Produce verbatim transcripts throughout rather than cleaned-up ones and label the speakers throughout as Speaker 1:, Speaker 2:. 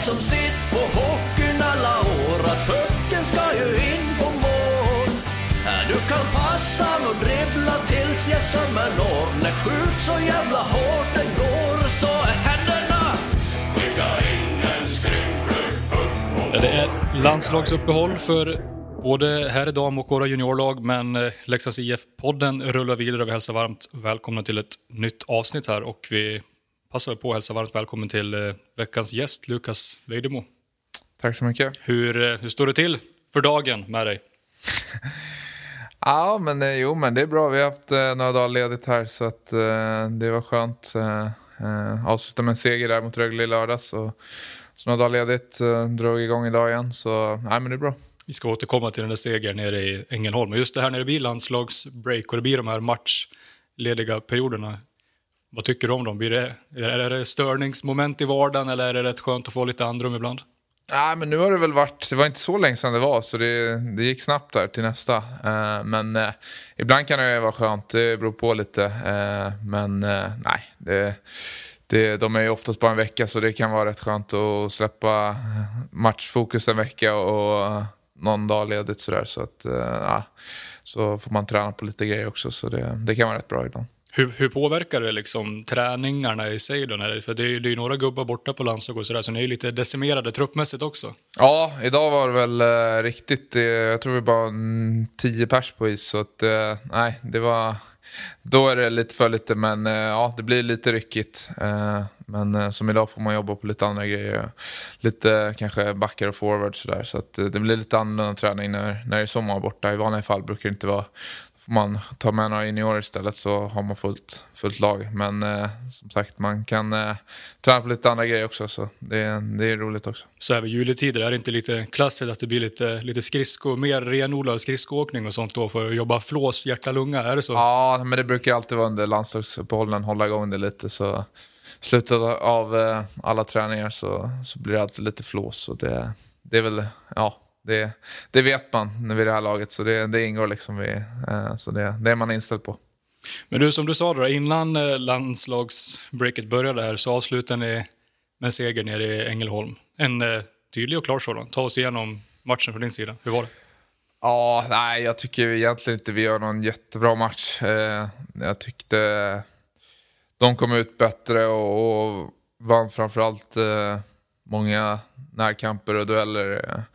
Speaker 1: som sitt på hockeyn alla år att pucken ska ju in på mål. Du kan passa och dribbla tills jag sömmer når. När skjut så jävla hårt den går så är händerna. Skicka in en skrämklubb.
Speaker 2: Ja, det är landslagsuppehåll för både här i dam och våra juniorlag, men Leksands I F-podden rullar vidare och vi hälsar varmt välkomna till ett nytt avsnitt här och vi passar på att hälsa varmt välkommen till veckans gäst Lukas Vejdemo.
Speaker 3: Tack så mycket.
Speaker 2: Hur, hur står det till för dagen med dig?
Speaker 3: Ja, men jo, men det är bra. Vi har haft eh, några dagar ledigt här så att eh, det var skönt. Eh, eh, avsluta med en seger där mot Rögle i lördags så, så några dagar ledigt eh, drog igång idag igen. Så nej, men det är bra.
Speaker 2: Vi ska återkomma till den där segern nere i Ängelholm. Och just det här när det blir landslagsbreak och det blir de här matchlediga perioderna. Vad tycker du om dem? Blir det, är det störningsmoment i vardagen eller är det rätt skönt att få lite andrum ibland?
Speaker 3: Nej, men nu har det väl varit, det var inte så länge sedan det var så det, det gick snabbt där till nästa. Uh, men uh, ibland kan det vara skönt, det beror på lite. Uh, men uh, nej, det, det, de är ju oftast bara en vecka så det kan vara rätt skönt att släppa matchfokus en vecka och uh, någon dag ledigt sådär. Så, att, uh, ja, så får man träna på lite grejer också så det, det kan vara rätt bra ibland.
Speaker 2: Hur, hur påverkar det liksom träningarna i sig då? För det är ju det är några gubbar borta på landslag och sådär, så ni är ju lite decimerade truppmässigt också.
Speaker 3: Ja, idag var det väl eh, riktigt, eh, jag tror vi bara mm, tio pers på is, så att eh, nej, det var, då är det lite för lite, men eh, ja, det blir lite ryckigt. Eh, men eh, som idag får man jobba på lite andra grejer, lite kanske backar och forward sådär, så att eh, det blir lite annorlunda träning när, när det är sommar borta. I vanliga fall brukar det inte vara. Får man ta med några juniorer istället så har man fullt, fullt lag. Men eh, som sagt, man kan eh, träna på lite andra grejer också. Så det, det är roligt också.
Speaker 2: Så här vid juletider, är det inte lite klassiskt att det blir lite, lite skridsko, mer renodlad skridskoåkning och sånt då för att jobba flås, hjärta, lunga? Är det så?
Speaker 3: Ja, men det brukar alltid vara under landslagsuppehållen, hålla igång det lite. Så slutet av eh, alla träningar så, så blir det alltid lite flås. Så det, det är väl, ja... Det, det vet man när vi är i det här laget, så det, det ingår liksom vi, eh, så det, det är man inställd på.
Speaker 2: Men du, som du sa då, innan eh, landslagsbreaket började här så avslutade ni med en seger nere i Ängelholm. En eh, tydlig och klar sådan. Ta oss igenom matchen från din sida. Hur var det?
Speaker 3: Ja, nej, jag tycker egentligen inte vi gör någon jättebra match. Eh, jag tyckte de kom ut bättre och, och vann framförallt eh, många närkamper och dueller. Eh.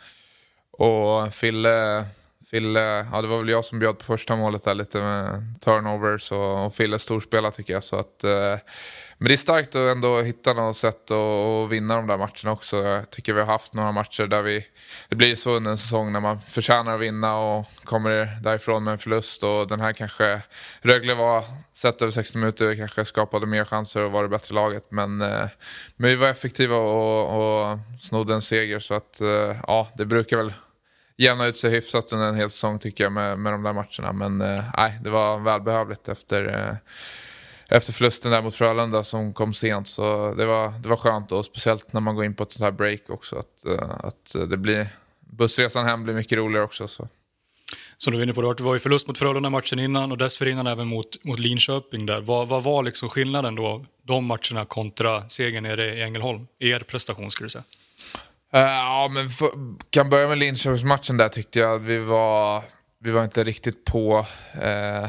Speaker 3: Och Fille, Fille, ja det var väl jag som bjöd på första målet där lite med turnovers och, och Fille storspelare tycker jag. Så att, eh, men det är starkt att ändå hitta något sätt att, att vinna de där matcherna också. Jag tycker vi har haft några matcher där vi, det blir så under en säsong när man förtjänar att vinna och kommer därifrån med en förlust. Och den här kanske, Rögle var sett över sextio minuter, kanske skapade mer chanser och var det bättre laget. Men, eh, men vi var effektiva och, och snodde en seger så att eh, ja, det brukar väl jämna ut sig hyfsat under en hel säsong tycker jag med, med de där matcherna. Men eh, nej, det var välbehövligt efter, eh, efter förlusten där mot Frölunda som kom sent. Så det var, det var skönt och speciellt när man går in på ett sånt här break också. Att, eh, att det blir, bussresan hem blir mycket roligare också. Så.
Speaker 2: Som du var inne på, det var ju förlust mot Frölunda matchen innan och dessförinnan även mot, mot Linköping där. Vad, vad var liksom skillnaden då, de matcherna kontra segern nere i Ängelholm? Er prestation skulle du säga?
Speaker 3: Uh, ja, men för, kan börja med Linköpingsmatchen där tyckte jag att vi var, vi var inte riktigt på. Uh,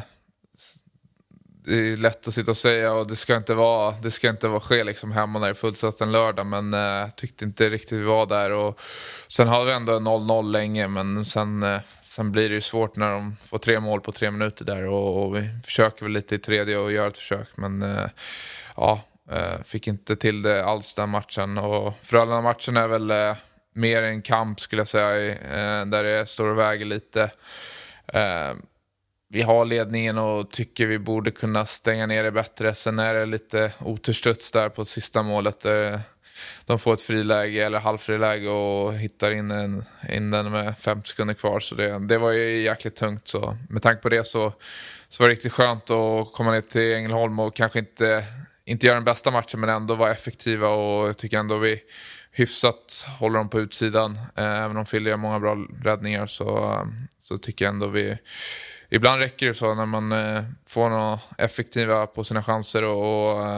Speaker 3: det är lätt att sitta och säga och det ska inte vara, det ska inte vara ske liksom hemma när det är fullsatt en lördag, men jag uh, tyckte inte riktigt vi var där. Och sen hade vi ändå noll noll länge, men sen, uh, sen blir det ju svårt när de får tre mål på tre minuter där och, och vi försöker väl lite i tredje och gör ett försök, men uh, ja, fick inte till det alls den matchen. Och Frölunda-matchen är väl eh, mer en kamp skulle jag säga, eh, där det står och väger lite. Eh, vi har ledningen och tycker vi borde kunna stänga ner det bättre. Sen är det lite oturstuds där på sista målet. Eh, de får ett friläge eller halvfriläge och hittar in, en, in den med fem sekunder kvar. Så det, det var ju jäkligt tungt. Så med tanke på det så, så var det riktigt skönt att komma ner till Ängelholm och kanske inte inte göra den bästa matchen men ändå vara effektiva, och jag tycker ändå vi hyfsat håller dem på utsidan. Även om Fille gör många bra räddningar så, så tycker jag ändå vi ibland räcker det så när man får några effektiva på sina chanser och, och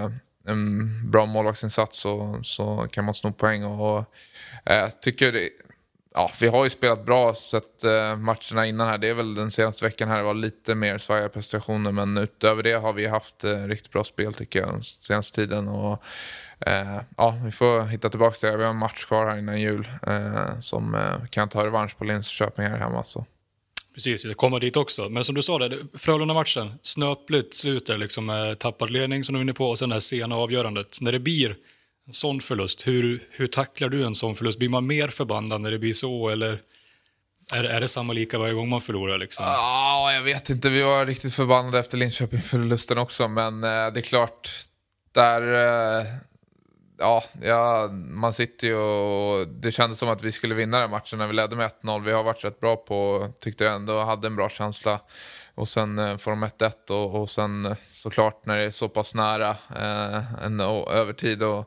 Speaker 3: en bra målvaktsinsats så, så kan man sno poäng. Och, och eh, tycker det, ja, vi har ju spelat bra så att eh, matcherna innan här, det är väl den senaste veckan här, det var lite mer svaga prestationer, men utöver det har vi haft eh, riktigt bra spel tycker jag senaste tiden. Och eh, ja, vi får hitta tillbaka till det. Vi har en match kvar här innan jul eh, som eh, kan ta revansch på Linköping här hemma så.
Speaker 2: Precis, vi ska komma dit också. Men som du sa, där, Frölunda-matchen, snöpligt slutar liksom med tappad ledning som du är inne på och sen det här sena avgörandet. När det blir en sån förlust, hur, hur tacklar du en sån förlust? Blir man mer förbannad när det blir så eller är, är det samma lika varje gång man förlorar? Liksom?
Speaker 3: Ja, jag vet inte. Vi var riktigt förbannade efter Linköping-förlusten också, men eh, det är klart, där... Eh, Ja, ja, man sitter ju och det kändes som att vi skulle vinna den matchen när vi ledde med ett noll. Vi har varit rätt bra på, tyckte jag ändå, hade en bra känsla. Och sen eh, får de ett ett och, och sen eh, såklart när det är så pass nära eh, en o- övertid och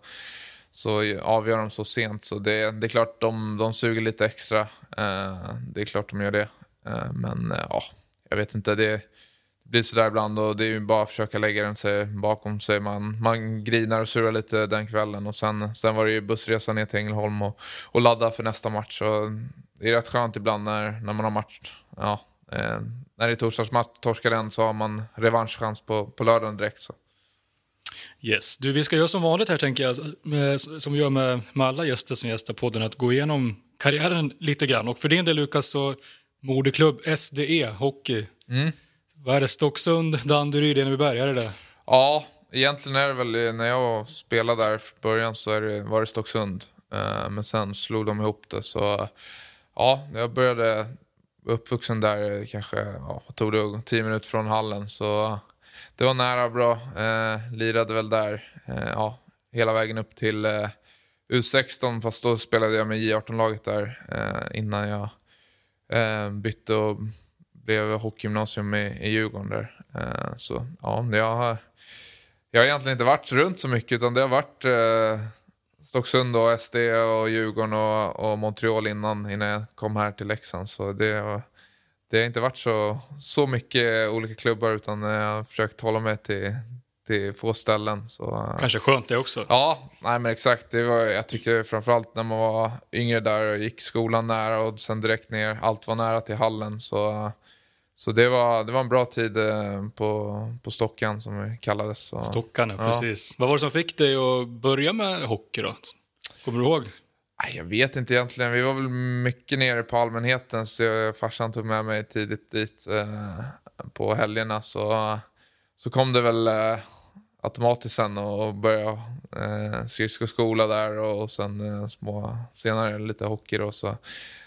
Speaker 3: så avgör de så sent. Så det, det är klart de, de suger lite extra. Eh, det är klart de gör det. Eh, men eh, ja, jag vet inte, det Det blir sådär ibland och det är ju bara att försöka lägga den sig bakom sig. Man, man grinar och surar lite den kvällen och sen, sen var det ju bussresa ner till Ängelholm och, och ladda för nästa match. Och det är rätt skönt ibland när, när man har match. Ja, eh, när det är torsdagsmatch, torskar den så har man revanschchans på, på lördagen direkt. Så.
Speaker 2: Yes, du, vi ska göra som vanligt här tänker jag, med, som vi gör med, med alla gäster som gästar podden, att gå igenom karriären lite grann. Och för din del Lukas så moderklubb S D E Hockey.
Speaker 3: Mm.
Speaker 2: Vad är det? Stocksund, Danderyd, Enebyberg, är det det?
Speaker 3: Ja, egentligen är det väl när jag spelade där för början så är det, var det Stocksund. Uh, men sen slog de ihop det. Så ja, jag började uppvuxen där kanske, ja, tog det tio minuter från hallen. Så det var nära bra. Uh, lirade väl där uh, ja, hela vägen upp till uh, U sexton. Fast då spelade jag med J arton-laget där uh, innan jag uh, bytte och blev hockeygymnasium i, i Djurgården där. Uh, så ja, jag har, jag har egentligen inte varit runt så mycket utan det har varit uh, Stocksund och S D och Djurgården och, och Montreal innan, innan jag kom här till Leksand. Så det, det har inte varit så, så mycket olika klubbar utan jag har försökt hålla mig till, till få ställen. Så,
Speaker 2: kanske skönt det också.
Speaker 3: Ja, nej men exakt. Det var, jag tycker framförallt när man var yngre där och gick skolan nära och sen direkt ner. Allt var nära till hallen så... Så det var, det var en bra tid på, på Stockan som det kallades. Så.
Speaker 2: Stockan, ja,
Speaker 3: Ja.
Speaker 2: precis. Vad var det som fick dig att börja med hockey då? Kommer du ihåg?
Speaker 3: Jag vet inte egentligen. Vi var väl mycket nere på allmänheten så jag, farsan tog med mig tidigt dit eh, på helgerna. Så, så kom det väl eh, automatiskt sen och började eh, skridskoskola där och, och sen eh, små, senare lite hockey då så...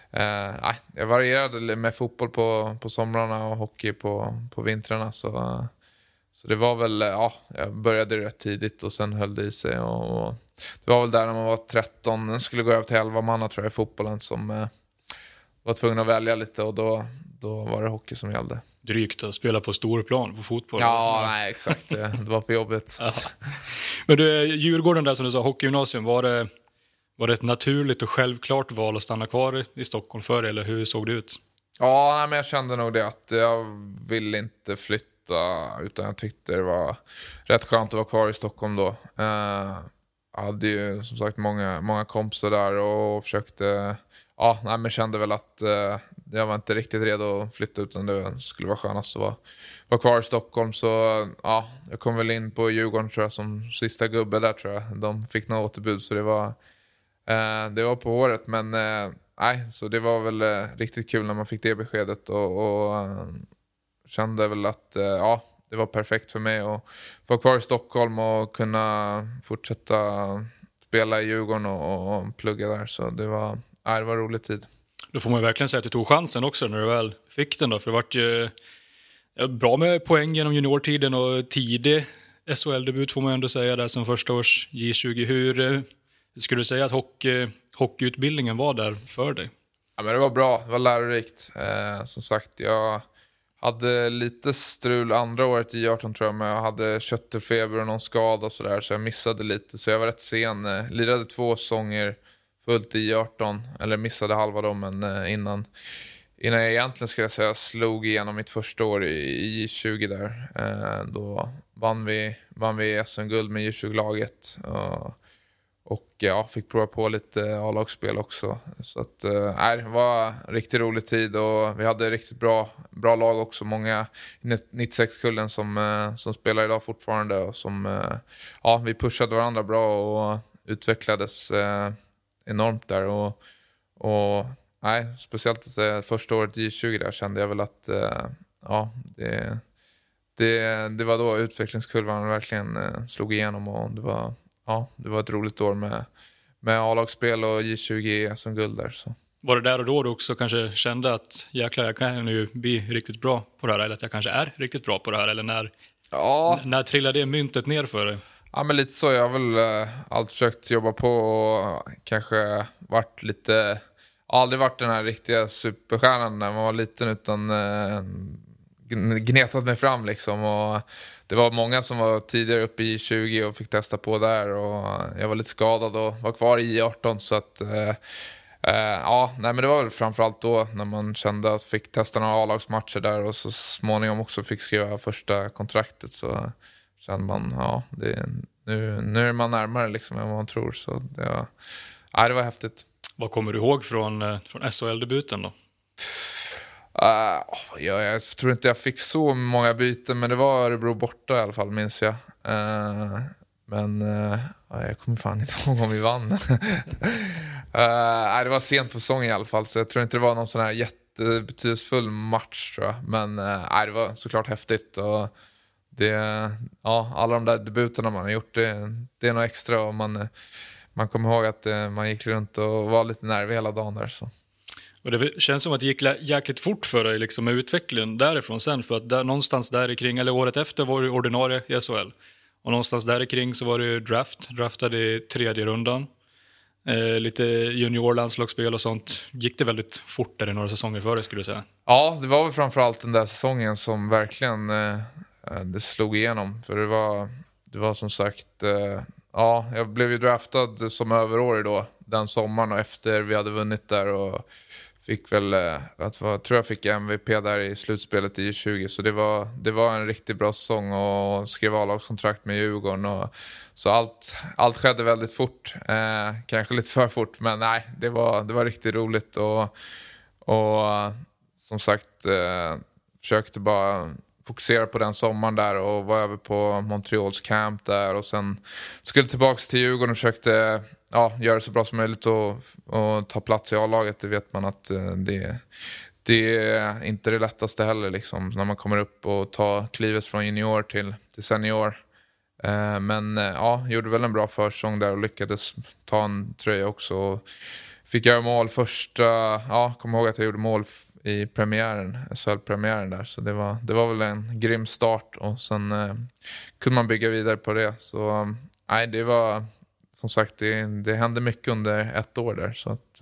Speaker 3: Uh, jag varierade med fotboll på, på somrarna och hockey på, på vintrarna så, uh, så det var väl, ja, jag började rätt tidigt och sen höll det i sig och, och det var väl där när man var tretton, skulle gå över till elva manna tror jag i fotbollen som uh, var tvungen att välja lite och då, då var det hockey som gällde.
Speaker 2: Drygt att spela på storplan på fotboll.
Speaker 3: Ja, nej exakt, det, det var på jobbet.
Speaker 2: Ja. Men du, Djurgården där som du sa, hockeygymnasium, var det Var det ett naturligt och självklart val att stanna kvar i Stockholm för eller hur såg det ut?
Speaker 3: Ja, nej, men jag kände nog det att jag ville inte flytta utan jag tyckte det var rätt skönt att vara kvar i Stockholm då. Uh, jag hade ju som sagt många, många kompisar där och försökte, ja, nej, men kände väl att uh, jag var inte riktigt redo att flytta utan det skulle vara skönast att vara, vara kvar i Stockholm. Så ja, jag kom väl in på Djurgården tror jag som sista gubbe där tror jag. De fick något återbud så det var Uh, det var på året men uh, nej, så det var väl uh, riktigt kul när man fick det beskedet och, och uh, kände väl att uh, ja, det var perfekt för mig att vara kvar i Stockholm och kunna fortsätta spela i Djurgården och, och plugga där så det var, ja, det var en rolig tid.
Speaker 2: Då får man verkligen säga att du tog chansen också när du väl fick den då, för det vart ju bra med poäng genom juniortiden och tidig S H L-debut får man ändå säga där som första års J tjugo. Hur skulle du säga att hockey, hockeyutbildningen var där för dig?
Speaker 3: Ja, men det var bra, det var lärorikt. Eh, som sagt, jag hade lite strul andra året i arton tror jag, men jag hade köttelfeber och någon skada och sådär, så jag missade lite. Så jag var rätt sen. Eh, lirade två säsonger fullt i arton, eller missade halva dem, men eh, innan, innan jag egentligen ska jag säga slog igenom mitt första år i, i tjugo där. Eh, då vann vi, vann vi S M-guld med J tjugo-laget. Och, och ja, fick prova på lite A-lagsspel också. Så att, äh, det var en riktigt rolig tid och vi hade riktigt bra, bra lag också. Många i nittiosex-kullen som, äh, som spelar idag fortfarande. Och som, äh, ja, vi pushade varandra bra och utvecklades äh, enormt där. Och, och nej, speciellt äh, första året J tjugo där kände jag väl att äh, ja, det, det, det var då utvecklingskurvan verkligen äh, slog igenom och det var... Ja, det var ett roligt år med, med A-lagsspel och J tjugo som guld där. Så.
Speaker 2: Var det där och då du också kanske kände att jäklar, jag kan ju bli riktigt bra på det här, eller att jag kanske är riktigt bra på det här, eller när,
Speaker 3: ja.
Speaker 2: n- när trillade det myntet ner för dig?
Speaker 3: Ja, men lite så. Jag har väl äh, alltid försökt jobba på och kanske varit lite... Aldrig varit den här riktiga superstjärnan när man var liten, utan äh, gnetat mig fram liksom. Och det var många som var tidigare uppe i J tjugo och fick testa på där. Och jag var lite skadad och var kvar i J arton. Så att, äh, äh, ja, nej, men det var väl framförallt då när man kände att fick testa några A-lagsmatcher där. Och så småningom också fick skriva första kontraktet. Så kände man, ja, det, nu, nu är man närmare liksom än vad man tror. Så det var, ja, det var häftigt.
Speaker 2: Vad kommer du ihåg från, från S H L-debuten då?
Speaker 3: Uh, ja, jag tror inte jag fick så många byten, men det var Örebro borta i alla fall, minns jag. Uh, men uh, jag kommer fan inte ihåg om vi vann. uh, nej, det var sent på säsongen i alla fall, så jag tror inte det var någon sån här jättebetydelsefull match, tror jag. Men uh, nej, det var såklart häftigt. Och det, ja, alla de där debuterna man har gjort, det, det är något extra. Och man, man kommer ihåg att uh, man gick runt och var lite nervig hela dagen där, så.
Speaker 2: Och det känns som att det gick jäkligt fort för dig liksom, med utvecklingen därifrån sen. För att där, någonstans där kring, eller året efter var du ordinarie i S H L. Och någonstans där kring så var det draft. Draftade i tredje rundan. Eh, lite juniorlandslagsspel och sånt. Gick det väldigt fort där i några säsonger före, skulle du säga?
Speaker 3: Ja, det var väl framförallt den där säsongen som verkligen eh, det slog igenom. För det var, det var som sagt... Eh, ja, jag blev ju draftad som överårig då. Den sommaren och efter vi hade vunnit där och... Fick väl, att var, tror jag fick M V P där i slutspelet i J tjugo. Så det var, det var en riktigt bra säsong och skrev A-lagskontrakt med Djurgården. Och, så allt, allt skedde väldigt fort. Eh, kanske lite för fort, men nej, det var, det var riktigt roligt. Och, och som sagt, eh, försökte bara fokusera på den sommaren där och var över på Montreals camp där. Och sen skulle tillbaka till Djurgården och försökte... Ja, göra det så bra som möjligt och, och ta plats i A-laget. Det vet man att det, det är inte det lättaste heller liksom, när man kommer upp och tar klivet från junior till, till senior. Eh, men ja, gjorde väl en bra försäsong där och lyckades ta en tröja också. Och fick göra mål första, ja, kommer ihåg att jag gjorde mål i premiären, S H L-premiären där. Så det var, det var väl en grym start och sen eh, kunde man bygga vidare på det. Så nej, det var... Som sagt, det, det hände mycket under ett år där. Så att,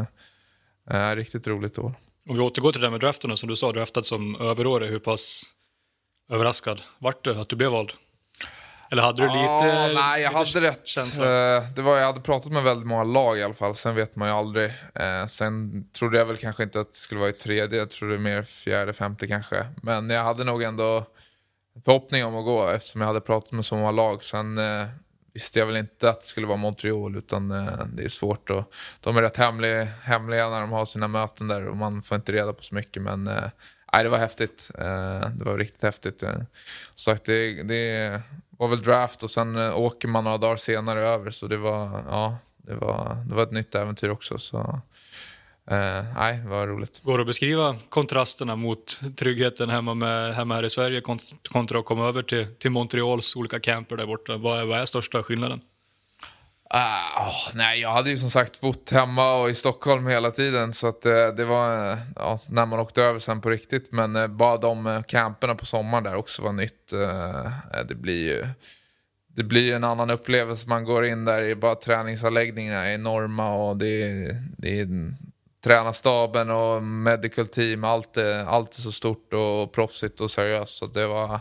Speaker 3: eh, äh, riktigt roligt år.
Speaker 2: Om vi återgår till det där med draften, som du sa, draftad som överårig. Hur pass överraskad vart du att du blev vald? Eller hade du lite...
Speaker 3: Ja, nej, jag
Speaker 2: lite
Speaker 3: hade rätt.
Speaker 2: Känsla?
Speaker 3: Det var, jag hade pratat med väldigt många lag i alla fall. Sen vet man ju aldrig. Eh, sen trodde jag väl kanske inte att det skulle vara i tredje. Jag trodde mer fjärde, femte kanske. Men jag hade nog ändå förhoppning om att gå eftersom jag hade pratat med så många lag. Sen... Eh, visste jag väl inte att det skulle vara Montreal, utan eh, det är svårt. Och de är rätt hemliga, hemliga när de har sina möten där och man får inte reda på så mycket. Men eh, nej, det var häftigt. Eh, det var riktigt häftigt. Eh. Så att det, det var väl draft och sen eh, åker man några dagar senare över. Så det var, ja, det var, det var ett nytt äventyr också. Så eh, nej, det var roligt.
Speaker 2: Går det att beskriva kontrasterna mot tryggheten hemma, med, hemma här i Sverige kontra att komma över till, till Montreals olika camper där borta? Vad är, vad är största skillnaden?
Speaker 3: Uh, oh, nej, jag hade ju som sagt bott hemma och i Stockholm hela tiden. Så att uh, det var uh, ja, när man åkte över sen på riktigt. Men uh, bara de uh, camperna på sommaren där också var nytt. Uh, det blir ju... Det blir en annan upplevelse. Man går in där i bara träningsanläggningarna är enorma och det är... Det är tränarstaben och medical team, allt är, allt är så stort och proffsigt och seriöst. Så det var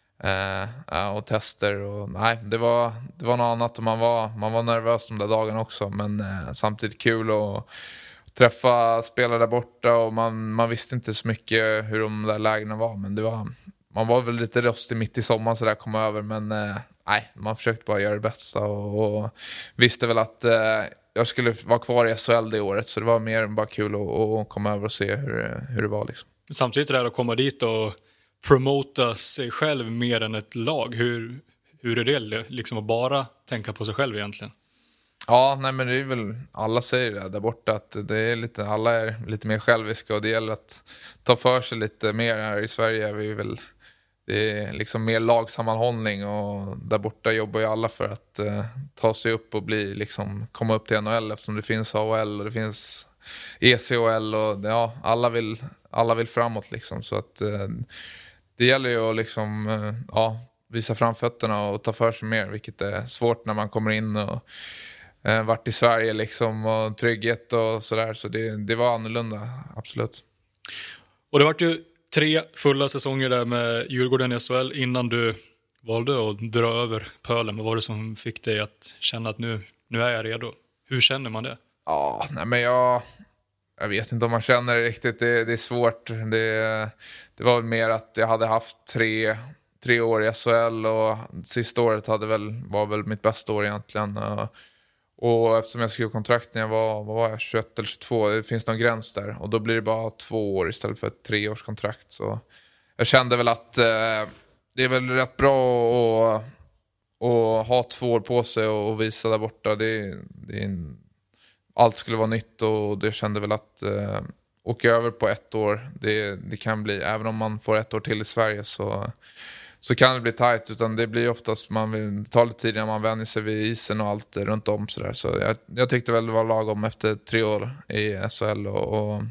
Speaker 3: eh, och tester och nej, det var det var något annat och man var man var nervös de där dagarna också, men eh, samtidigt kul att träffa spelare där borta och man man visste inte så mycket hur de där lägena var, men det var man var väl lite rostig mitt i sommaren så där kom över, men eh, nej, man försökte bara göra det bästa och, och visste väl att eh, jag skulle vara kvar i S H L det året, så det var mer bara kul att, att komma över och se hur, hur det var liksom.
Speaker 2: Samtidigt är det att komma dit och promota sig själv mer än ett lag. Hur, hur är det liksom att bara tänka på sig själv egentligen?
Speaker 3: Ja, nej men det är väl, alla säger det där borta, att det är lite, alla är lite mer själviska och det gäller att ta för sig lite mer. Här i Sverige vi är väl, det är liksom mer lagsammanhållning och där borta jobbar ju alla för att eh, ta sig upp och bli, liksom, komma upp till N H L, eftersom det finns A H L och det finns E C H L och ja, alla vill, alla vill framåt liksom, så att eh, det gäller ju att liksom, eh, ja, visa framfötterna och ta för sig mer, vilket är svårt när man kommer in och eh, varit i Sverige liksom, och trygghet och sådär, så det, det var annorlunda, absolut.
Speaker 2: Och det var ju tre fulla säsonger där med Djurgården i S H L innan du valde att dra över pölen. Vad var det som fick dig att känna att nu, nu är jag redo? Hur känner man det?
Speaker 3: Ja, nej men jag, jag vet inte om man känner det riktigt. Det, det är svårt. Det, det var väl mer att jag hade haft tre, tre år i S H L och sista året hade väl, var väl mitt bästa år egentligen. Och, och eftersom jag skrev kontrakt när jag var, vad var jag, tjugoett eller tjugotvå, det finns någon gräns där. Och då blir det bara två år istället för ett treårskontrakt. Så jag kände väl att eh, det är väl rätt bra att, att ha två år på sig och, och visa där borta. Det, det är en, allt skulle vara nytt och det kände väl att eh, åka över på ett år, det, det kan bli, även om man får ett år till i Sverige så, så kan det bli tajt, utan det blir oftast, man vill ta lite tid när man vänjer sig vid isen och allt runt om sådär. Så jag, jag tyckte väl det var lagom efter tre år i S H L och, och,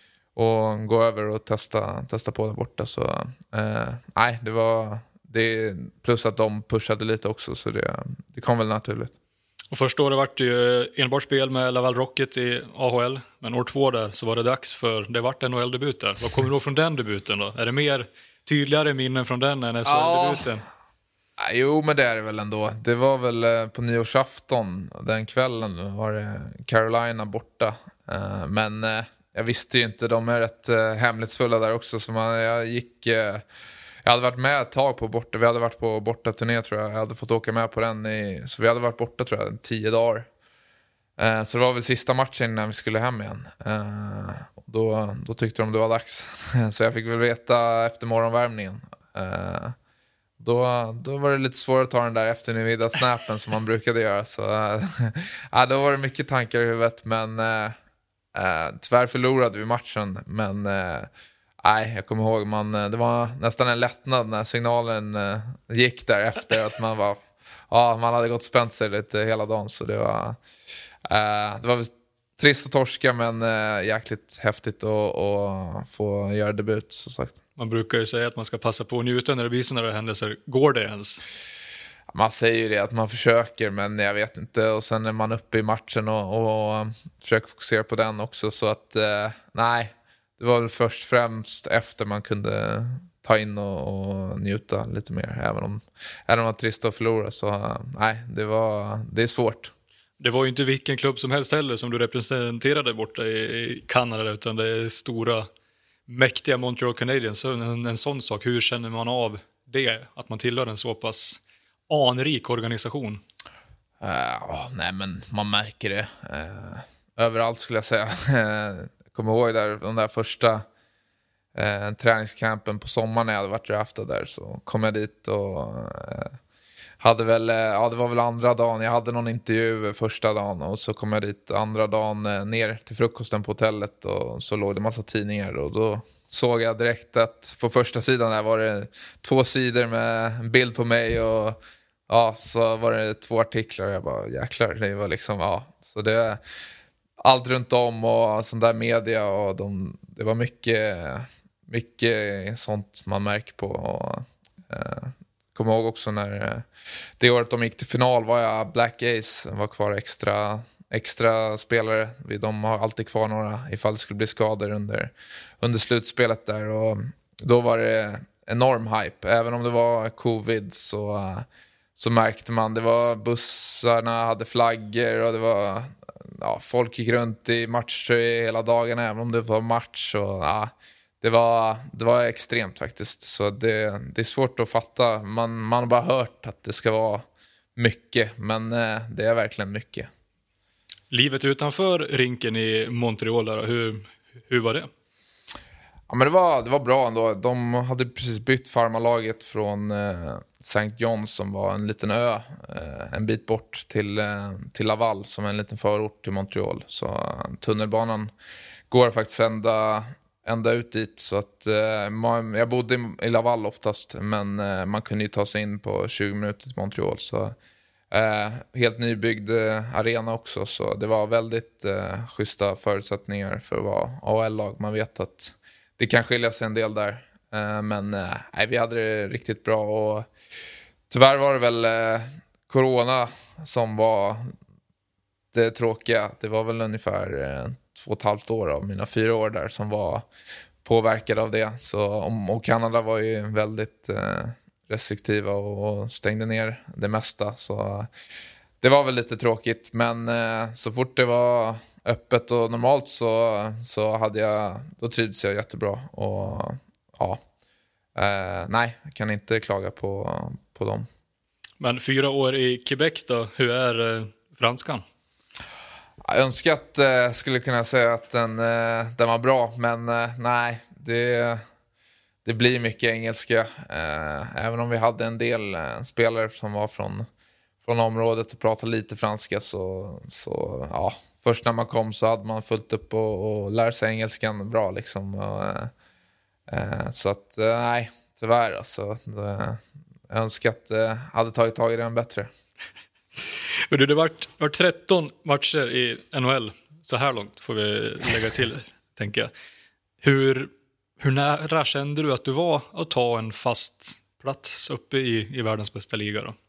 Speaker 3: och gå över och testa, testa på där borta. Så eh, nej, det var det, plus att de pushade lite också, så det, det kom väl naturligt.
Speaker 2: Och första året var det ju enbart spel med Laval Rocket i A H L. Men år två där så var det dags för, det vart N H L-debut där. Vad kommer du ihåg från den debuten då? Är det mer tydligare minnen från den än S H L-debuten?
Speaker 3: Ja, jo, men det är det väl ändå. Det var väl på nyårsafton, den kvällen var det Carolina borta. Men jag visste ju inte, de är rätt hemlighetsfulla där också. Så man, jag gick... Jag hade varit med ett tag på borta. Vi hade varit på borta turné tror jag. Jag hade fått åka med på den. I, så vi hade varit borta tror jag tio dagar. Eh, så det var väl sista matchen när vi skulle hem igen. Eh, då, då tyckte de det var dags. Så jag fick väl veta efter morgonvärmningen. Eh, då, då var det lite svårare att ta den där eftermiddagsnappen som man brukade göra. Så eh, ja, då var det mycket tankar i huvudet. Men eh, eh, tyvärr förlorade vi matchen. Men... Eh, Nej, jag kommer ihåg, man, det var nästan en lättnad när signalen uh, gick där efter att man var, ja, man hade gått spänt sig lite hela dagen, så det var, uh, det var trist att torska, men uh, jäkligt häftigt att, att få göra debut, som sagt. Man
Speaker 2: brukar ju säga att man ska passa på att njuta när det blir sådana händelser. Går det ens?
Speaker 3: Man säger ju det, att man försöker, men jag vet inte. Och sen är man uppe i matchen och, och, och försöker fokusera på den också, så att uh, nej. Det var väl först främst efter man kunde ta in och, och njuta lite mer. Även om, även om det var trist att förlora, så nej, det, var, det är svårt.
Speaker 2: Det var ju inte vilken klubb som helst heller som du representerade borta i Kanada, utan det är stora, mäktiga Montreal Canadiens. Så en, en sån sak, hur känner man av det? Att man tillhör en så pass anrik organisation?
Speaker 3: Uh, nej, men man märker det. Uh, överallt skulle jag säga. Kommer ihåg där, den där första eh, träningscampen på sommaren när jag hade varit draftad där, så kom jag dit och eh, hade väl, eh, ja det var väl andra dagen, jag hade någon intervju första dagen och så kom jag dit andra dagen eh, ner till frukosten på hotellet och så låg det massa tidningar och då såg jag direkt att på första sidan där var det två sidor med en bild på mig och ja, så var det två artiklar och jag bara jäklar, det var liksom, ja, så det allt runt om och sån där media och de, det var mycket mycket sånt man märker på och, eh, kommer ihåg också när eh, det året de gick till final var jag Black Ace, var kvar extra extra spelare, de har alltid kvar några ifall det skulle bli skador under, under slutspelet där och då var det enorm hype, även om det var covid så, så märkte man, det var bussarna hade flaggor och det var ja, folk gick runt i matcher hela dagen även om det var match och ja, det var, det var extremt faktiskt. Så det, det är svårt att fatta. Man, man har bara hört att det ska vara mycket, men eh, det är verkligen mycket.
Speaker 2: Livet utanför rinken i Montreal, där, hur, hur var det?
Speaker 3: Ja, men det var, det var bra ändå. De hade precis bytt farmarlaget från eh, Saint John, som var en liten ö eh, en bit bort, till, eh, till Laval, som är en liten förort till Montreal. Så eh, tunnelbanan går faktiskt ända, ända ut dit. Så att, eh, man, jag bodde i, i Laval oftast, men eh, man kunde ju ta sig in på tjugo minuter till Montreal. Så eh, helt nybyggd eh, arena också. Så det var väldigt eh, schyssta förutsättningar för att vara A H L-lag. Man vet att det kan skilja sig en del där. Eh, men eh, nej, vi hade det riktigt bra. Och tyvärr var det väl eh, corona som var det tråkiga. Det var väl ungefär eh, två och ett halvt år av mina fyra år där som var påverkade av det. Så, och Kanada var ju väldigt eh, restriktiva och stängde ner det mesta. Så det var väl lite tråkigt. Men eh, så fort det var öppet och normalt så, så hade jag, då trivdes jag jättebra. Och ja, eh, nej, jag kan inte klaga på, på dem.
Speaker 2: Men fyra år i Quebec då, hur är eh, franskan?
Speaker 3: Jag önskar att jag eh, skulle kunna säga att den, eh, den var bra, men eh, nej, det, det blir mycket engelska. Eh, även om vi hade en del eh, spelare som var från, från området och pratade lite franska, så, så ja, först när man kom så hade man fullt upp och, och lär sig engelskan bra liksom. Och, eh, så att eh, nej, tyvärr alltså. Det, jag önskar att jag eh, hade tagit tag i den bättre.
Speaker 2: Men du, det har varit tretton matcher i N H L så här långt, får vi lägga till, tänker jag. Hur, hur nära kände du att du var att ta en fast plats uppe i, i världens bästa liga då?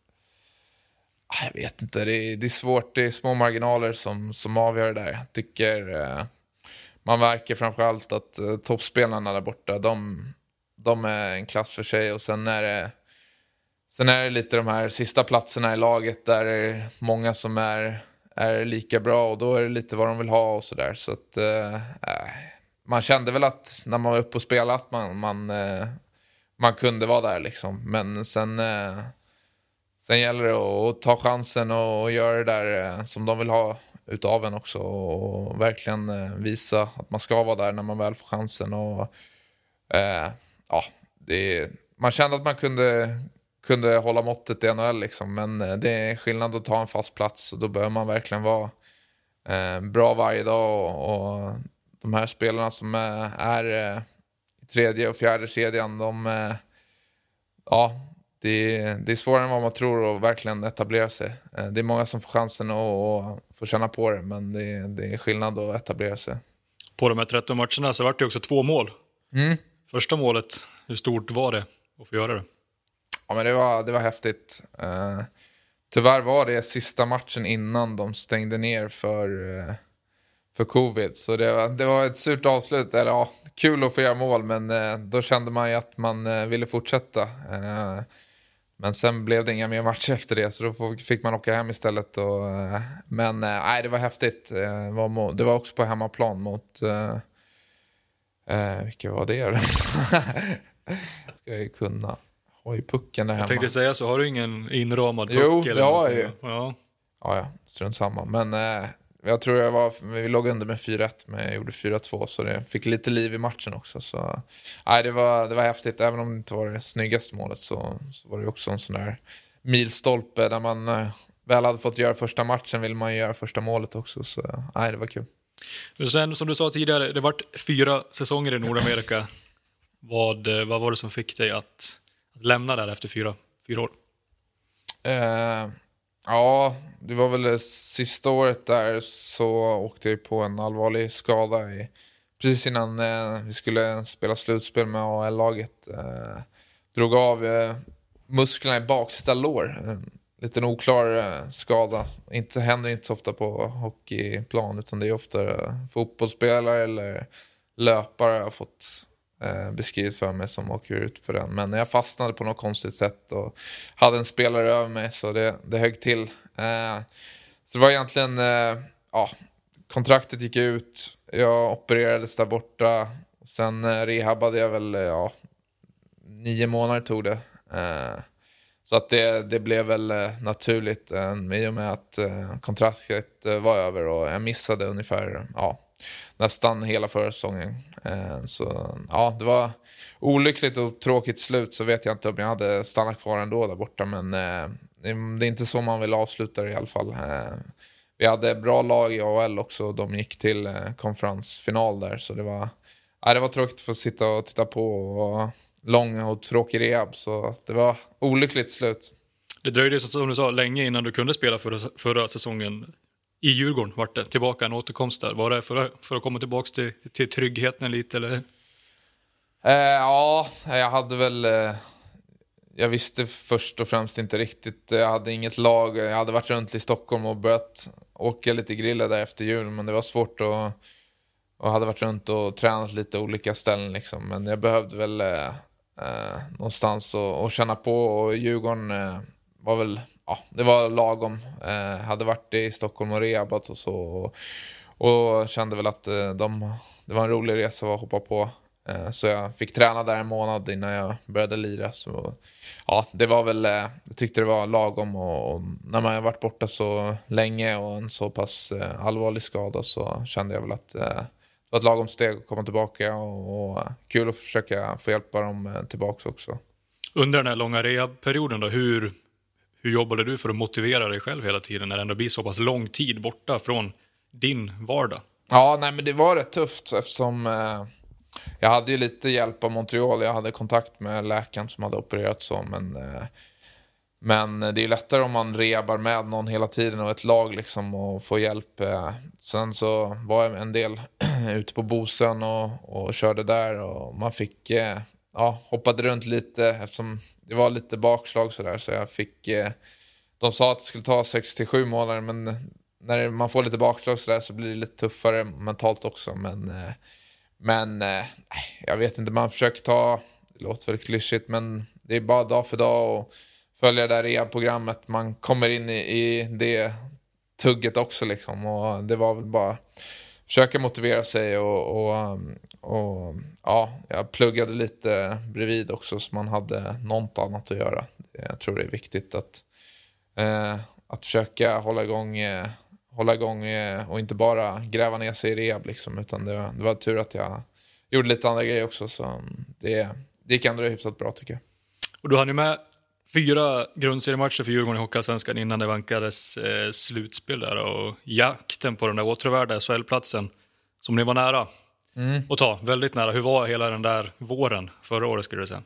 Speaker 3: Jag vet inte, det är, det är svårt. Det är små marginaler som, som avgör det där. Jag tycker eh, man verkar framförallt att eh, toppspelarna där borta, de, de är en klass för sig. Och sen är det Sen är det lite de här sista platserna i laget där det är många som är, är lika bra, och då är det lite vad de vill ha och sådär. Så att eh, man kände väl att när man var uppe och spelade att man, man, eh, man kunde vara där liksom. Men sen, eh, sen gäller det att ta chansen och, och göra det där eh, som de vill ha utav en också. Och, och verkligen eh, visa att man ska vara där när man väl får chansen. Och eh, ja, det, man kände att man kunde... kunde hålla måttet i N H L liksom, men det är skillnad att ta en fast plats, och då behöver man verkligen vara eh, bra varje dag, och, och de här spelarna som är, är eh, i tredje och fjärde kedjan, de eh, ja, det, det är svårare än vad man tror att verkligen etablera sig. Eh, det är många som får chansen att få känna på det, men det, det är skillnad att etablera sig.
Speaker 2: På de här tretton matcherna så var det också två mål.
Speaker 3: Mm.
Speaker 2: Första målet, hur stort var det att få göra det?
Speaker 3: Ja, men det var, det var häftigt. Uh, tyvärr var det sista matchen innan de stängde ner för, uh, för covid. Så det var, det var ett surt avslut. Eller, ja, kul att få göra mål, men uh, då kände man ju att man uh, ville fortsätta. Uh, men sen blev det inga mer matcher efter det, så då fick man åka hem istället. Och, uh, men uh, nej, det var häftigt. Uh, det, var, det var också på hemmaplan mot... Uh, uh, vilka var det? Ska jag ju kunna... Oj, pucken där hemma.
Speaker 2: Jag tänkte säga, så har du ingen inramad puck?
Speaker 3: Jo,
Speaker 2: eller
Speaker 3: ja, ju.
Speaker 2: Ja.
Speaker 3: Ja, ja, strunt samma. Men eh, jag tror jag var, vi låg under med fyra ett, men jag gjorde fyra två, så det fick lite liv i matchen också. Så nej, det var, det var häftigt. Även om det inte var det snyggaste målet, så, så var det också en sån där milstolpe där man eh, väl hade fått göra första matchen, vill man göra första målet också. Så nej, det var kul.
Speaker 2: Sen, som du sa tidigare, det var fyra säsonger i Nordamerika. vad, vad var det som fick dig att lämna där efter fyra, fyra år?
Speaker 3: Eh, ja, det var väl det sista året där, så åkte jag på en allvarlig skada i, precis innan eh, vi skulle spela slutspel med A H L-laget. Eh, drog av eh, musklerna i baksida lår. En liten oklar eh, skada. Inte, händer inte så ofta på hockeyplan, utan det är ofta eh, fotbollsspelare eller löpare jag har fått Eh, beskrivet för mig som åker ut på den. Men jag fastnade på något konstigt sätt och hade en spelare över mig, så det, det högg till. Eh, så det var egentligen eh, ja, kontraktet gick ut, jag opererades där borta, och sen eh, rehabbade jag väl, ja, nio månader tog det. Eh, så att det, det blev väl eh, naturligt eh, i och med att eh, kontraktet eh, var över och jag missade ungefär, ja, nästan hela förra säsongen. Eh, så ja, det var olyckligt och tråkigt slut, så vet jag inte om jag hade stannat kvar ändå där borta, men eh, det är inte så man vill avsluta det i alla fall. Eh, vi hade bra lag i A H L också, de gick till eh, konferensfinal där, så det var, ja, det var tråkigt för att sitta och titta på och lång och tråkig rehab, så det var olyckligt slut.
Speaker 2: Det dröjde, som du sa, länge innan du kunde spela förra, förra säsongen i Djurgården. Vart det tillbaka en återkomst där? Var det för, för att komma tillbaka till, till tryggheten lite, eller?
Speaker 3: Eh, ja, jag hade väl... Eh, jag visste först och främst inte riktigt. Jag hade inget lag. Jag hade varit runt i Stockholm och börjat åka lite grilla där efter jul, men det var svårt att... Och hade varit runt och tränat lite olika ställen liksom. Men jag behövde väl eh, eh, någonstans att, att känna på. Och Djurgården eh, var väl, ja, det var lagom. Eh, hade varit i Stockholm och rehabat och så. Och, och kände väl att eh, de, det var en rolig resa att hoppa på. Eh, så jag fick träna där en månad innan jag började lira. Så ja, det var väl, eh, jag tyckte det var lagom. Och, och när man har varit borta så länge och en så pass eh, allvarlig skada, så kände jag väl att eh, det var ett lagom steg att komma tillbaka, och, och kul att försöka få hjälpa dem tillbaka också.
Speaker 2: Under den här långa rehabperioden då, hur, hur jobbade du för att motivera dig själv hela tiden när det ändå blir så pass lång tid borta från din vardag?
Speaker 3: Ja, nej, men det var rätt tufft eftersom eh, jag hade ju lite hjälp av Montreal. Jag hade kontakt med läkaren som hade opererat så, men... Eh, Men det är lättare om man rehabar med någon hela tiden och ett lag liksom, och får hjälp. Sen så var jag en del ute på Bosön och, och körde där, och man fick, ja, hoppade runt lite eftersom det var lite bakslag så där, så jag fick, de sa att det skulle ta sex till sju månader, men när man får lite bakslag så där så blir det lite tuffare mentalt också, men men jag vet inte, man försöker ta, det låter väl klyschigt, men det är bara dag för dag och följa det där rehab-programmet. Man kommer in i, i det tugget också liksom. Och det var väl bara försöka motivera sig och, och, och ja, jag pluggade lite bredvid också så man hade något annat att göra. Jag tror det är viktigt att, eh, att försöka hålla igång, eh, hålla igång eh, och inte bara gräva ner sig i rehab liksom, utan det, det var tur att jag gjorde lite andra grejer också, så det, det gick ändå hyfsat bra tycker jag.
Speaker 2: Och du hann ju med fyra grundseriematcher för Djurgården i Hockeyallsvenskan innan det vankades eh, slutspel där, och jakten på den där återvärda S H L-platsen som ni var nära mm. att ta, väldigt nära. Hur var hela den där våren förra året skulle du säga?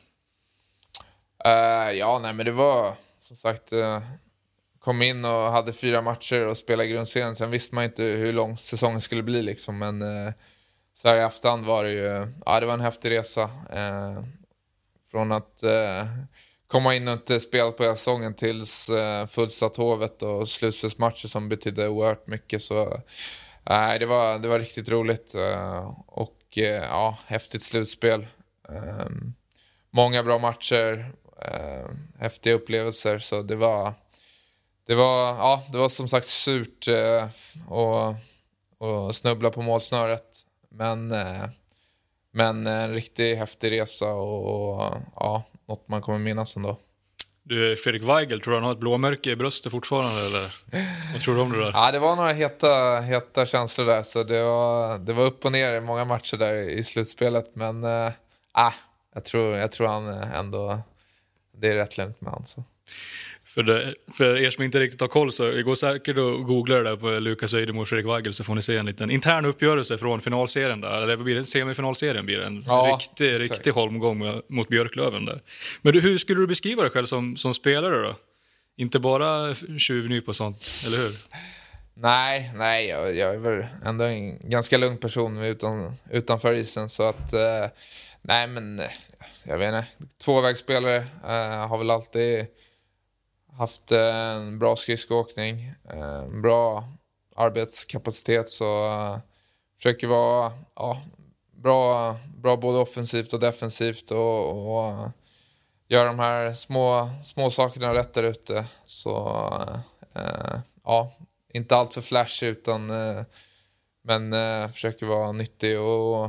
Speaker 3: Uh, ja, nej men det var som sagt, uh, kom in och hade fyra matcher och spelade grundserien. Sen visste man inte hur lång säsongen skulle bli liksom, men uh, så här i efterhand var det ju, ja uh, det var en häftig resa. Uh, från att uh, komma in och inte spela på hela säsongen tills uh, fullsatt Hovet och slutspelsmatcher som betydde oerhört mycket, så nej uh, det var det var riktigt roligt uh, och uh, ja, häftigt slutspel. Uh, många bra matcher, uh, häftiga upplevelser, så det var det var ja, det var som sagt surt uh, och och snubbla på målsnöret, men uh, men en riktigt häftig resa och, och ja, något man kommer minnas ändå.
Speaker 2: Du, Fredrik Weigel, tror du han har ett blåmärke i bröstet fortfarande, eller vad tror du om det där?
Speaker 3: Ja, det var några heta, heta känslor där, så det var, det var upp och ner i många matcher där i slutspelet, men äh, jag, tror, jag tror han ändå, det är rätt lugnt med han. Så.
Speaker 2: För, det, för er som inte riktigt har koll, så det går säkert att googla det där på Lukas Öjdemo och Fredrik Weigel, så får ni se en liten intern uppgörelse från finalserien där. Eller blir det semifinalserien, blir det en ja, riktig, riktig holmgång mot Björklöven där. Men du, hur skulle du beskriva dig själv som, som spelare då? Inte bara tjuvnyp och sånt, eller hur?
Speaker 3: Nej, nej jag, jag är väl ändå en ganska lugn person utan, utanför isen, så att eh, nej men jag vet inte, tvåvägsspelare eh, har väl alltid haft en bra skridskoåkning, en bra arbetskapacitet, så uh, försöker vara ja, bra, bra både offensivt och defensivt och, och uh, göra de här små, små sakerna rätt där ute. Så uh, ja, inte allt för flash utan uh, men uh, försöker vara nyttig och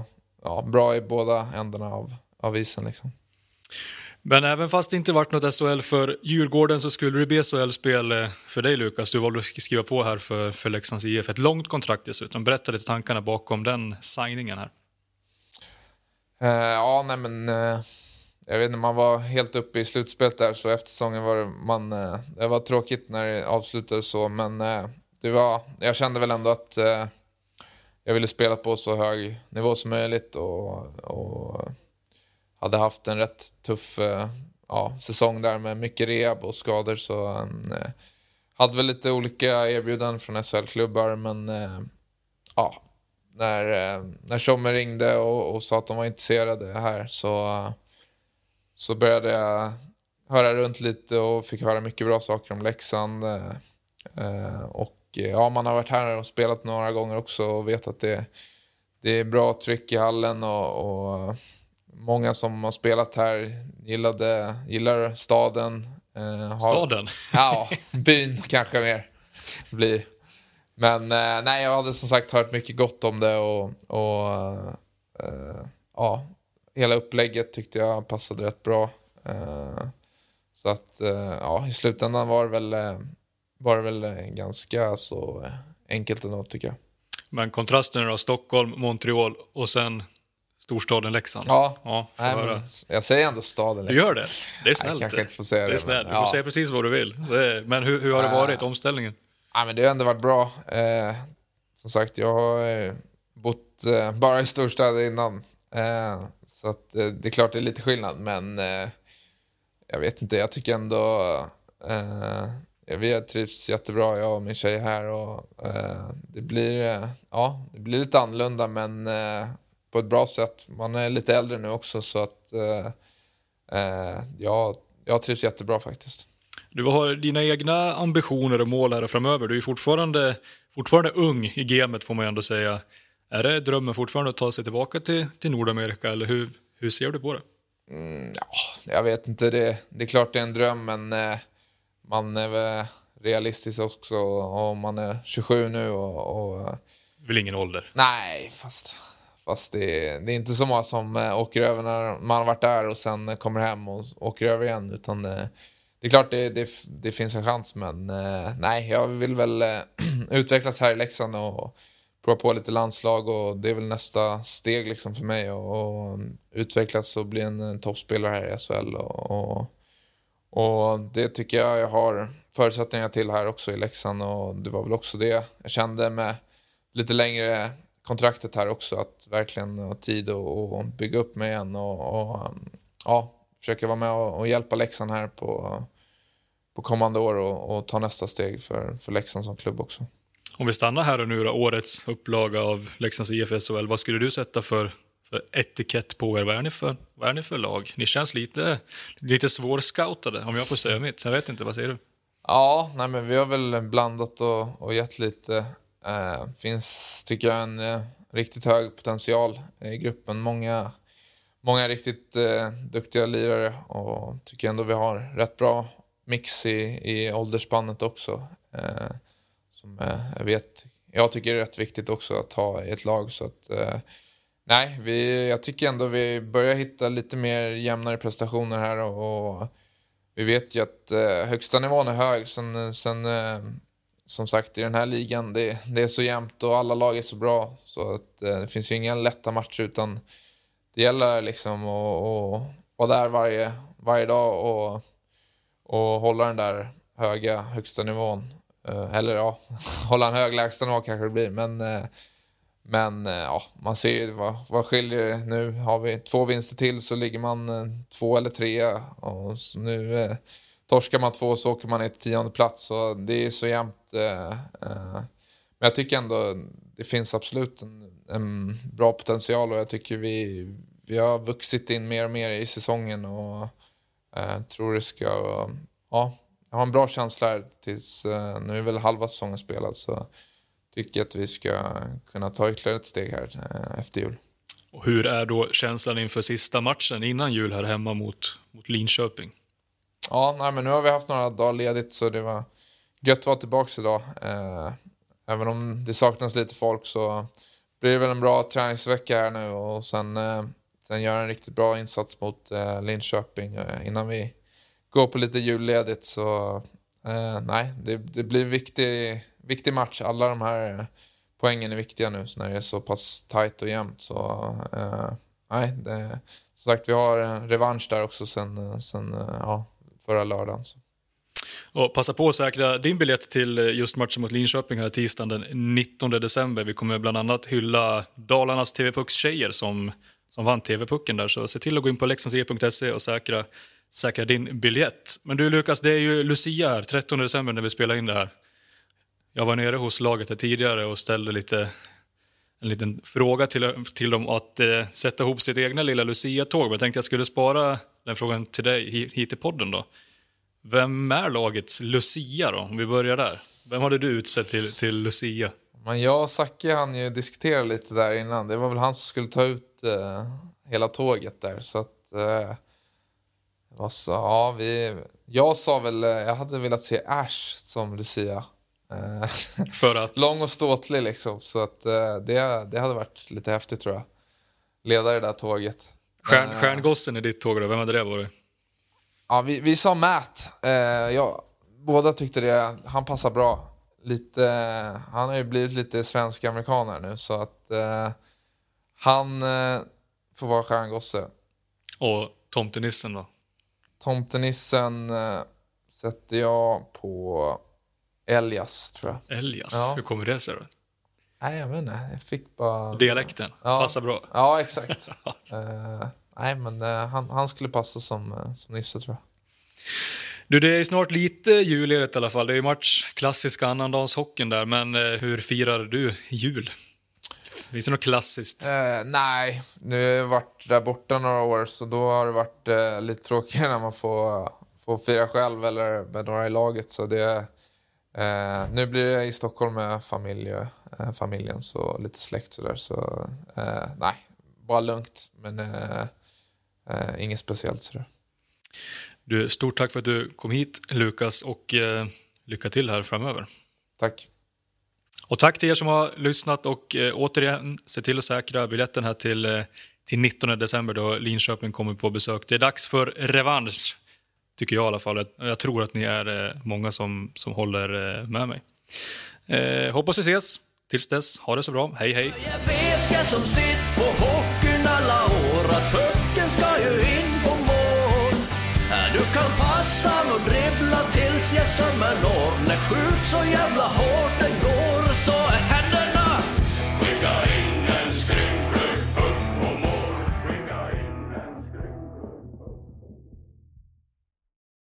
Speaker 3: ja, bra i båda ändarna av, av isen liksom.
Speaker 2: Men även fast det inte varit något S H L för Djurgården så skulle det bli S H L-spel för dig, Lukas. Du valde att skriva på här för, för Leksands I F. Ett långt kontrakt dessutom. Berätta lite tankarna bakom den signingen här.
Speaker 3: Uh, ja, nej men... Uh, jag vet inte, man var helt uppe i slutspelet där, så efter säsongen var det... Man, uh, det var tråkigt när det avslutades så, men uh, det var... Jag kände väl ändå att uh, jag ville spela på så hög nivå som möjligt och... och hade haft en rätt tuff eh, ja, säsong där med mycket rehab och skador, så eh, hade väl lite olika erbjudanden från S H L-klubbar, men eh, ja, när, eh, när Tjomme ringde och, och sa att de var intresserade här så, eh, så började jag höra runt lite och fick höra mycket bra saker om Leksand eh, eh, och ja, man har varit här och spelat några gånger också och vet att det, det är bra tryck i hallen och, och många som har spelat här gillade, gillar staden. Eh, har,
Speaker 2: staden?
Speaker 3: Ja, byn kanske mer blir. Men eh, nej, jag hade som sagt hört mycket gott om det och, och eh, ja, hela upplägget tyckte jag passade rätt bra. Eh, så att eh, ja, i slutändan var det väl, var det väl ganska så enkelt ändå, tycker jag.
Speaker 2: Men kontrasten då, Stockholm, Montreal och sen storstaden Leksand.
Speaker 3: Ja,
Speaker 2: ja
Speaker 3: nej, men jag säger ändå staden Leksand.
Speaker 2: Du gör det? Det är snällt.
Speaker 3: Jag kanske inte får säga det.
Speaker 2: Det är snällt,
Speaker 3: men,
Speaker 2: du får
Speaker 3: ja.
Speaker 2: säga precis vad du vill. Det är, men hur, hur har det varit, äh, omställningen?
Speaker 3: Ja, men det har ändå varit bra. Eh, som sagt, jag har eh, bott eh, bara i storstäder innan. Eh, så att, eh, det är klart det är lite skillnad, men eh, jag vet inte, jag tycker ändå eh, vi har trivts jättebra, jag och min tjej här, och eh, det blir eh, ja, det blir lite annorlunda, men eh, på ett bra sätt. Man är lite äldre nu också, så att eh, eh, jag, jag trivs jättebra faktiskt.
Speaker 2: Du har dina egna ambitioner och mål här framöver. Du är fortfarande, fortfarande ung i gamet, får man ändå säga. Är det drömmen fortfarande att ta sig tillbaka till, till Nordamerika, eller hur, hur ser du på det?
Speaker 3: Mm, ja, jag vet inte, det, det är klart det är en dröm, men eh, man är väl realistisk också, och man är tjugosju nu och... och
Speaker 2: vill ingen ålder?
Speaker 3: Nej, fast... Fast det är, det är inte så många som äh, åker över när man har varit där och sen äh, kommer hem och åker över igen. Utan äh, det är klart det, det, det finns en chans, men äh, nej, jag vill väl äh, utvecklas här i Leksand och, och prova på lite landslag, och det är väl nästa steg liksom för mig att och utvecklas och bli en, en toppspelare här i S H L. Och, och, och det tycker jag jag har förutsättningar till här också i Leksand, och det var väl också det jag kände med lite längre kontraktet här också, att verkligen ha tid och, och bygga upp mig igen och, och ja, försöka vara med och, och hjälpa Leksand här på, på kommande år och, och ta nästa steg för, för Leksand som klubb också.
Speaker 2: Om vi stannar här och nu då, årets upplaga av Leksands I F S H L, vad skulle du sätta för, för etikett på er? Vad är ni för, vad är ni för lag? Ni känns lite, lite svårscoutade, om jag får säga mitt. Jag vet inte, vad säger du?
Speaker 3: Ja, nej, men vi har väl blandat och, och gett lite. Uh, finns, tycker jag, en uh, riktigt hög potential i gruppen. Många, många riktigt uh, duktiga lirare, och tycker ändå vi har rätt bra mix i, i åldersspannet också. Uh, som uh, jag vet, jag tycker det är rätt viktigt också att ha i ett lag. Så att, uh, nej, vi, jag tycker ändå vi börjar hitta lite mer jämnare prestationer här, och, och vi vet ju att uh, högsta nivån är hög. Sen, sen uh, som sagt, i den här ligan, det, det är så jämnt och alla lag är så bra, så att eh, det finns ju inga lätta matcher, utan det gäller liksom att vara där varje, varje dag och, och hålla den där höga högsta nivån. Eh, eller ja, hålla en hög lägsta nivå kanske det blir, men, eh, men eh, ja, man ser ju vad, vad skiljer det. Nu har vi två vinster till, så ligger man eh, två eller tre, och så nu... Eh, torskar man två så åker man ner till tionde plats, så det är så jämnt. Eh, eh. Men jag tycker ändå det finns absolut en, en bra potential, och jag tycker vi, vi har vuxit in mer och mer i säsongen, och eh, tror det ska, ja, jag har en bra känsla här tills, eh, nu är väl halva säsongen spelad, så tycker jag att vi ska kunna ta ytterligare ett steg här eh, efter jul.
Speaker 2: Och hur är då känslan inför sista matchen innan jul här hemma mot, mot Linköping?
Speaker 3: Ja, nej, men nu har vi haft några dagar ledigt, så det var gött att vara tillbaka idag. Eh, även om det saknas lite folk, så blir det väl en bra träningsvecka här nu. Och sen, eh, sen gör en riktigt bra insats mot eh, Linköping eh, innan vi går på lite julledigt. Så eh, nej, det, det blir en viktig, viktig match. Alla de här eh, poängen är viktiga nu så när det är så pass tajt och jämnt. Så eh, nej, det, som sagt, vi har en revansch där också sen, sen eh, ja, förra lördagen. Så.
Speaker 2: Och passa på att säkra din biljett till just matchen mot Linköping här tisdagen den nittonde december. Vi kommer bland annat hylla Dalarnas T V-puckstjejer som, som vann T V-pucken där. Så se till att gå in på leksands i punkt se och säkra, säkra din biljett. Men du Lukas, det är ju Lucia här, trettonde december när vi spelar in det här. Jag var nere hos laget här tidigare och ställde lite, en liten fråga till, till dem att eh, sätta ihop sitt egna lilla Lucia-tåg. Men jag tänkte jag skulle spara den frågan till dig hit, hit i podden då. Vem är lagets Lucia då? Om vi börjar där. Vem hade du utsett till, till Lucia?
Speaker 3: Men jag och Zacke han ju diskutera lite där innan. Det var väl han som skulle ta ut uh, hela tåget där. Så att... Uh, var så, ja, vi, jag sa väl... Uh, jag hade velat se Ash som Lucia. Uh,
Speaker 2: För att?
Speaker 3: Lång och ståtlig liksom. Så att uh, det, det hade varit lite häftigt tror jag. Leda det där tåget.
Speaker 2: Stjärn, uh, Stjärngossen i ditt tåg då? Vem hade det varit?
Speaker 3: Ja, vi, vi sa Matt. Eh, ja, båda tyckte det. Han passar bra. Lite, han har ju blivit lite svensk-amerikaner nu. Så att eh, han eh, får vara stjärngosse.
Speaker 2: Och tomtenissen då?
Speaker 3: Tomtenissen eh, sätter jag på Elias, tror jag.
Speaker 2: Elias?
Speaker 3: Ja.
Speaker 2: Hur kommer det sig då?
Speaker 3: Nej, jag vet inte. Jag fick bara...
Speaker 2: Dialekten?
Speaker 3: Ja.
Speaker 2: Passar bra.
Speaker 3: Ja, exakt. eh, nej, men eh, han, han skulle passa som, eh, som Nisse, tror jag.
Speaker 2: Du, det är snart lite julledigt i alla fall. Det är ju match, klassiska annandagshockeyn där. Men eh, hur firar du jul? Finns det något klassiskt?
Speaker 3: Eh, nej, nu har jag varit där borta några år. Så då har det varit eh, lite tråkigare när man får, får fira själv eller med några i laget. Så det, eh, nu blir det i Stockholm med familj, eh, familjen. Så lite släkt så där. Så eh, nej, bara lugnt. Men eh, eh, inget speciellt sådär.
Speaker 2: Du, stort tack för att du kom hit, Lukas, och eh, lycka till här framöver.
Speaker 3: Tack.
Speaker 2: Och tack till er som har lyssnat och eh, återigen se till att säkra biljetten här till, eh, till nittonde december då Linköping kommer på besök. Det är dags för revansch, tycker jag i alla fall. Jag tror att ni är eh, många som, som håller eh, med mig. Eh, hoppas vi ses. Tills dess, ha det så bra. Hej, hej.
Speaker 1: Jag vet jag som sitt på hockeyn alla år att pucken ska ju in på mål. Du kan passa och dribbla tills jag sömmer når. När skjut så jävla hårt.